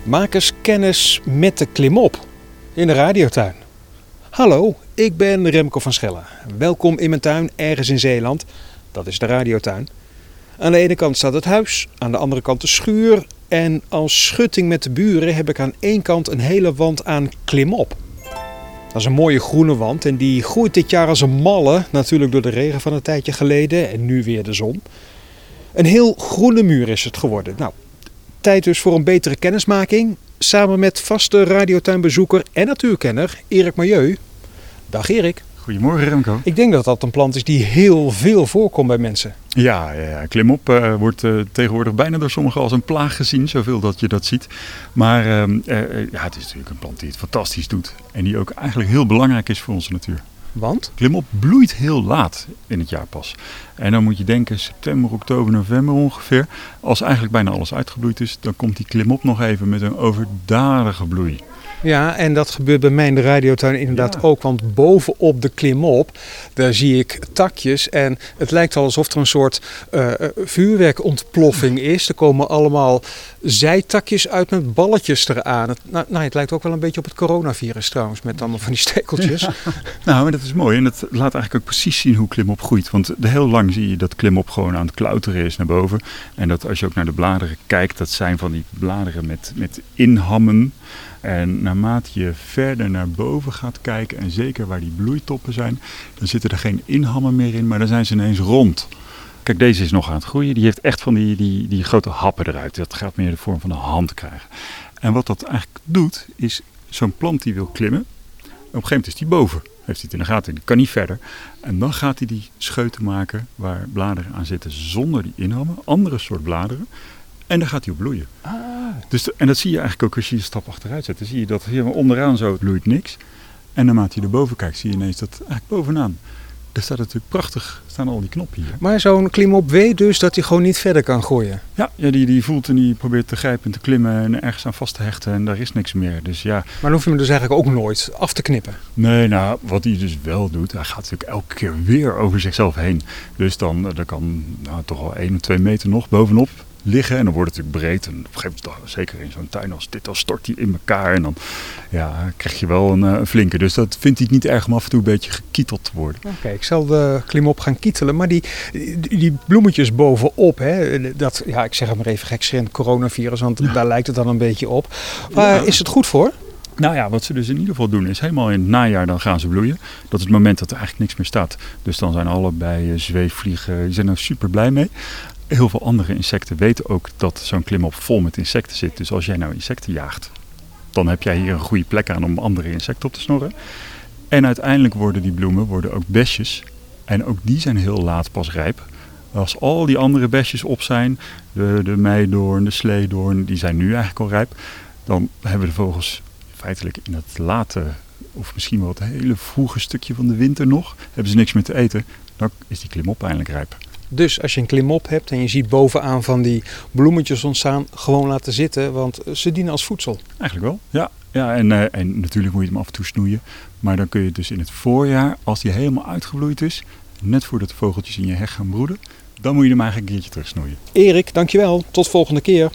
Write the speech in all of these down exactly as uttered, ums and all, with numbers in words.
Maak eens kennis met de klimop in de radiotuin. Hallo, ik ben Remco van Schellen. Welkom in mijn tuin ergens in Zeeland. Dat is de radiotuin. Aan de ene kant staat het huis, aan de andere kant de schuur. En als schutting met de buren heb ik aan één kant een hele wand aan klimop. Dat is een mooie groene wand en die groeit dit jaar als een malle. Natuurlijk door de regen van een tijdje geleden en nu weer de zon. Een heel groene muur is het geworden. Nou, tijd dus voor een betere kennismaking. Samen met vaste radiotuinbezoeker en natuurkenner Erik Milieu. Dag Erik. Goedemorgen Remco. Ik denk dat dat een plant is die heel veel voorkomt bij mensen. Ja, ja, ja. Klimop uh, wordt uh, tegenwoordig bijna door sommigen als een plaag gezien, zoveel dat je dat ziet. Maar uh, uh, ja, het is natuurlijk een plant die het fantastisch doet en die ook eigenlijk heel belangrijk is voor onze natuur. Want? Klimop bloeit heel laat in het jaar pas. En dan moet je denken september, oktober, november ongeveer. Als eigenlijk bijna alles uitgebloeid is, dan komt die klimop nog even met een overdadige bloei. Ja, en dat gebeurt bij mij in de radiotuin inderdaad ja. ook. Want bovenop de klimop, daar zie ik takjes. En het lijkt wel alsof er een soort uh, vuurwerkontploffing is. Er komen allemaal zijtakjes uit met balletjes eraan. Het, nou, nou, het lijkt ook wel een beetje op het coronavirus trouwens. Met allemaal van die stekeltjes. Ja. Nou, maar dat is mooi. En dat laat eigenlijk ook precies zien hoe klimop groeit. Want heel lang zie je dat klimop gewoon aan het klauteren is naar boven. En dat als je ook naar de bladeren kijkt, dat zijn van die bladeren met, met inhammen. En naarmate je verder naar boven gaat kijken en zeker waar die bloeitoppen zijn, dan zitten er geen inhammen meer in, maar dan zijn ze ineens rond. Kijk, deze is nog aan het groeien. Die heeft echt van die, die, die grote happen eruit. Dat gaat meer de vorm van een hand krijgen. En wat dat eigenlijk doet, is zo'n plant die wil klimmen. Op een gegeven moment is die boven. Heeft hij het in de gaten, die kan niet verder. En dan gaat hij die scheuten maken waar bladeren aan zitten zonder die inhammen. Andere soort bladeren. En dan gaat hij op bloeien. Ah. Dus de, en dat zie je eigenlijk ook als je een stap achteruit zet. Dan zie je dat hier onderaan zo bloeit niks. En naarmate je erboven kijkt, zie je ineens dat eigenlijk bovenaan. Daar staat natuurlijk prachtig, staan al die knoppen hier. Maar zo'n klimop weet dus dat hij gewoon niet verder kan groeien? Ja, ja die, die voelt en die probeert te grijpen en te klimmen en ergens aan vast te hechten en daar is niks meer. Dus ja. Maar dan hoef je hem dus eigenlijk ook nooit af te knippen? Nee, nou, wat hij dus wel doet, hij gaat natuurlijk elke keer weer over zichzelf heen. Dus dan, dan kan nou, toch al één of twee meter nog bovenop liggen en dan wordt het natuurlijk breed. En op een gegeven moment, zeker in zo'n tuin als dit, dan stort hij in elkaar en dan ja, krijg je wel een, een flinke. Dus dat vindt hij niet erg om af en toe een beetje gekieteld te worden. Oké, okay, ik zal de klimop gaan kietelen. Maar die, die, die bloemetjes bovenop, hè, dat, ja, ik zeg het maar even gekscherend coronavirus, want ja. daar lijkt het dan een beetje op. Waar ja. is het goed voor? Nou ja, wat ze dus in ieder geval doen is helemaal in het najaar dan gaan ze bloeien. Dat is het moment dat er eigenlijk niks meer staat. Dus dan zijn allebei zweefvliegen, die zijn er super blij mee. Heel veel andere insecten weten ook dat zo'n klimop vol met insecten zit. Dus als jij nou insecten jaagt, dan heb jij hier een goede plek aan om andere insecten op te snorren. En uiteindelijk worden die bloemen worden ook besjes. En ook die zijn heel laat pas rijp. Als al die andere besjes op zijn, de, de meidoorn, de sleedoorn, die zijn nu eigenlijk al rijp. Dan hebben de vogels feitelijk in het late, of misschien wel het hele vroege stukje van de winter nog, hebben ze niks meer te eten. Dan is die klimop eindelijk rijp. Dus als je een klimop hebt en je ziet bovenaan van die bloemetjes ontstaan, gewoon laten zitten, want ze dienen als voedsel. Eigenlijk wel, ja. ja en, uh, en natuurlijk moet je hem af en toe snoeien. Maar dan kun je dus in het voorjaar, als die helemaal uitgebloeid is, net voordat de vogeltjes in je heg gaan broeden, dan moet je hem eigenlijk een keertje terug snoeien. Erik, dankjewel. Tot volgende keer.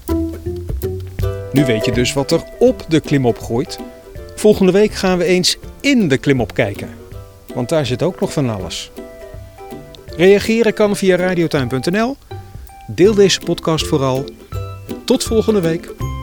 Nu weet je dus wat er op de klimop groeit. Volgende week gaan we eens in de klimop kijken. Want daar zit ook nog van alles. Reageren kan via radiotuin punt n l. Deel deze podcast vooral. Tot volgende week.